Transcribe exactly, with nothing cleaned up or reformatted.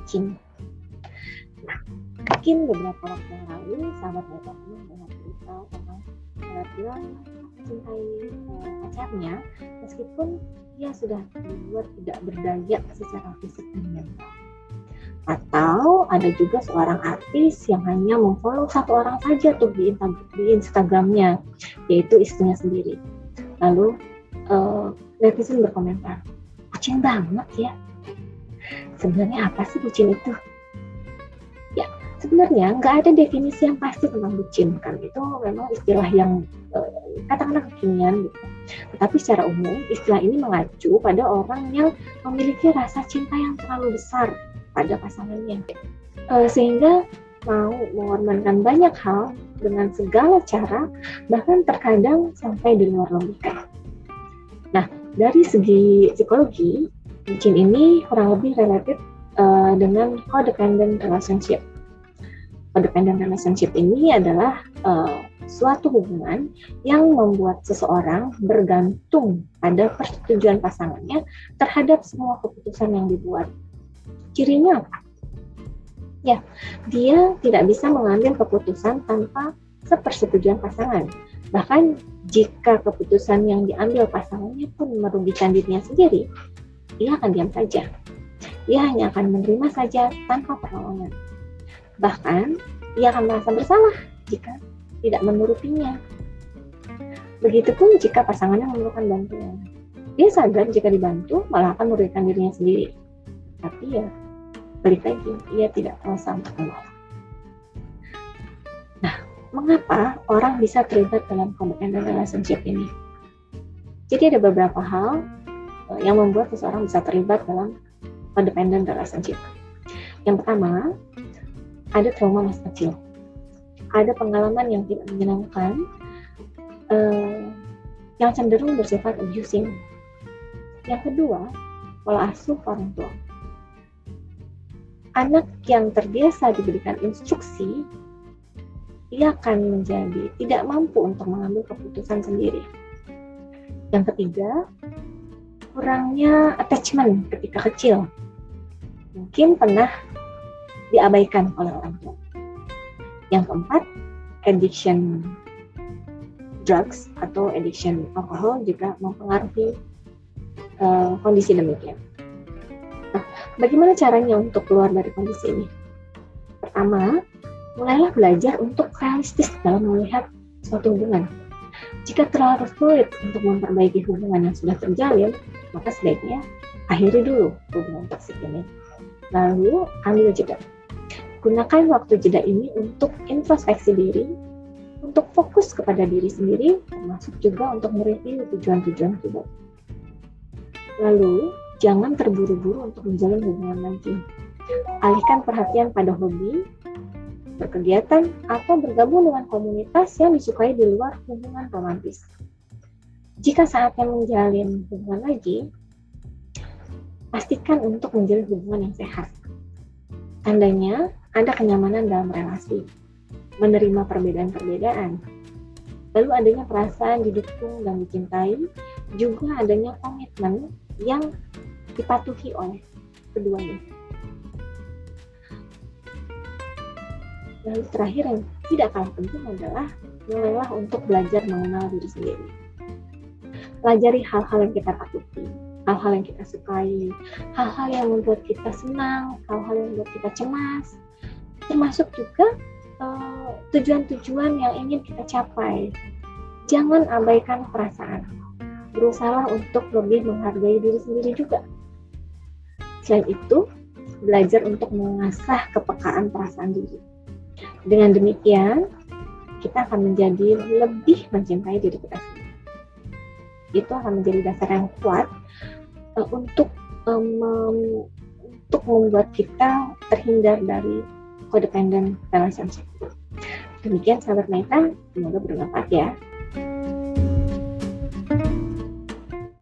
bucin. Nah, mungkin beberapa waktu yang lalu sahabat Meta pernah dengar cerita tentang Nabila mencintai uh, pacarnya meskipun dia sudah dibuat tidak berdaya secara fisik dan mental. Atau ada juga seorang artis yang hanya memfollow satu orang saja tuh di, di Instagramnya, yaitu istrinya sendiri. Lalu uh, netizen berkomentar, bucin banget ya. Sebenarnya apa sih bucin itu? Ya, sebenarnya nggak ada definisi yang pasti tentang bucin, kan itu memang istilah yang uh, katakanlah kekinian gitu. Tetapi secara umum istilah ini mengacu pada orang yang memiliki rasa cinta yang terlalu besar pada pasangannya, uh, sehingga mau mengorbankan banyak hal dengan segala cara, bahkan terkadang sampai di luar logika. Nah, dari segi psikologi, bucin ini kurang lebih related uh, dengan codependent relationship. Codependent relationship ini adalah uh, suatu hubungan yang membuat seseorang bergantung pada persetujuan pasangannya terhadap semua keputusan yang dibuat. Cirinya apa? Ya, dia tidak bisa mengambil keputusan tanpa sepersetujuan pasangan. Bahkan jika keputusan yang diambil pasangannya pun merugikan dirinya sendiri, dia akan diam saja. Dia hanya akan menerima saja tanpa perlawanan. Bahkan, ia akan merasa bersalah jika tidak menurutinya. Begitupun jika pasangannya memerlukan bantuan. Dia sadar jika dibantu malah akan merugikan dirinya sendiri. Tapi ya, balik lagi, ia tidak merasa untuk menolak. Nah, mengapa orang bisa terlibat dalam codependent relationship ini? Jadi ada beberapa hal yang membuat seseorang bisa terlibat dalam codependent relationship. Yang pertama, ada trauma masa kecil. Ada pengalaman yang tidak menyenangkan, eh, yang cenderung bersifat abusing. Yang kedua, pola asuh orang tua. Anak yang terbiasa diberikan instruksi, ia akan menjadi tidak mampu untuk mengambil keputusan sendiri. Yang ketiga, kurangnya attachment ketika kecil. Mungkin pernah diabaikan oleh orang tua. Yang keempat, addiction drugs atau addiction alkohol juga mempengaruhi uh, kondisi demikian. Nah, bagaimana caranya untuk keluar dari kondisi ini? Pertama, mulailah belajar untuk realistis dalam melihat suatu hubungan. Jika terlalu sulit untuk memperbaiki hubungan yang sudah terjalin, maka sebaiknya akhiri dulu hubungan toksik ini. Lalu ambil jeda. Gunakan waktu jeda ini untuk introspeksi diri, untuk fokus kepada diri sendiri, termasuk juga untuk mereview tujuan-tujuan pribadi. Lalu, jangan terburu-buru untuk menjalin hubungan lagi. Alihkan perhatian pada hobi, berkegiatan, atau bergabung dengan komunitas yang disukai di luar hubungan romantis. Jika saatnya menjalin hubungan lagi, pastikan untuk menjalin hubungan yang sehat. Tandanya ada kenyamanan dalam relasi, menerima perbedaan-perbedaan, lalu adanya perasaan didukung dan dicintai, juga adanya komitmen yang dipatuhi oleh keduanya. Lalu terakhir yang tidak kalah penting adalah mulailah untuk belajar mengenal diri sendiri. Pelajari hal-hal yang kita takuti, hal-hal yang kita sukai, hal-hal yang membuat kita senang, hal-hal yang membuat kita cemas, termasuk juga uh, tujuan-tujuan yang ingin kita capai. Jangan abaikan perasaan. Berusaha untuk lebih menghargai diri sendiri juga. Selain itu, belajar untuk mengasah kepekaan perasaan diri. Dengan demikian, kita akan menjadi lebih mencintai diri kita sendiri. Itu akan menjadi dasar yang kuat uh, untuk um, untuk membuat kita terhindar dari codependent relationship. Demikian sahabat Meta, semoga bermanfaat ya.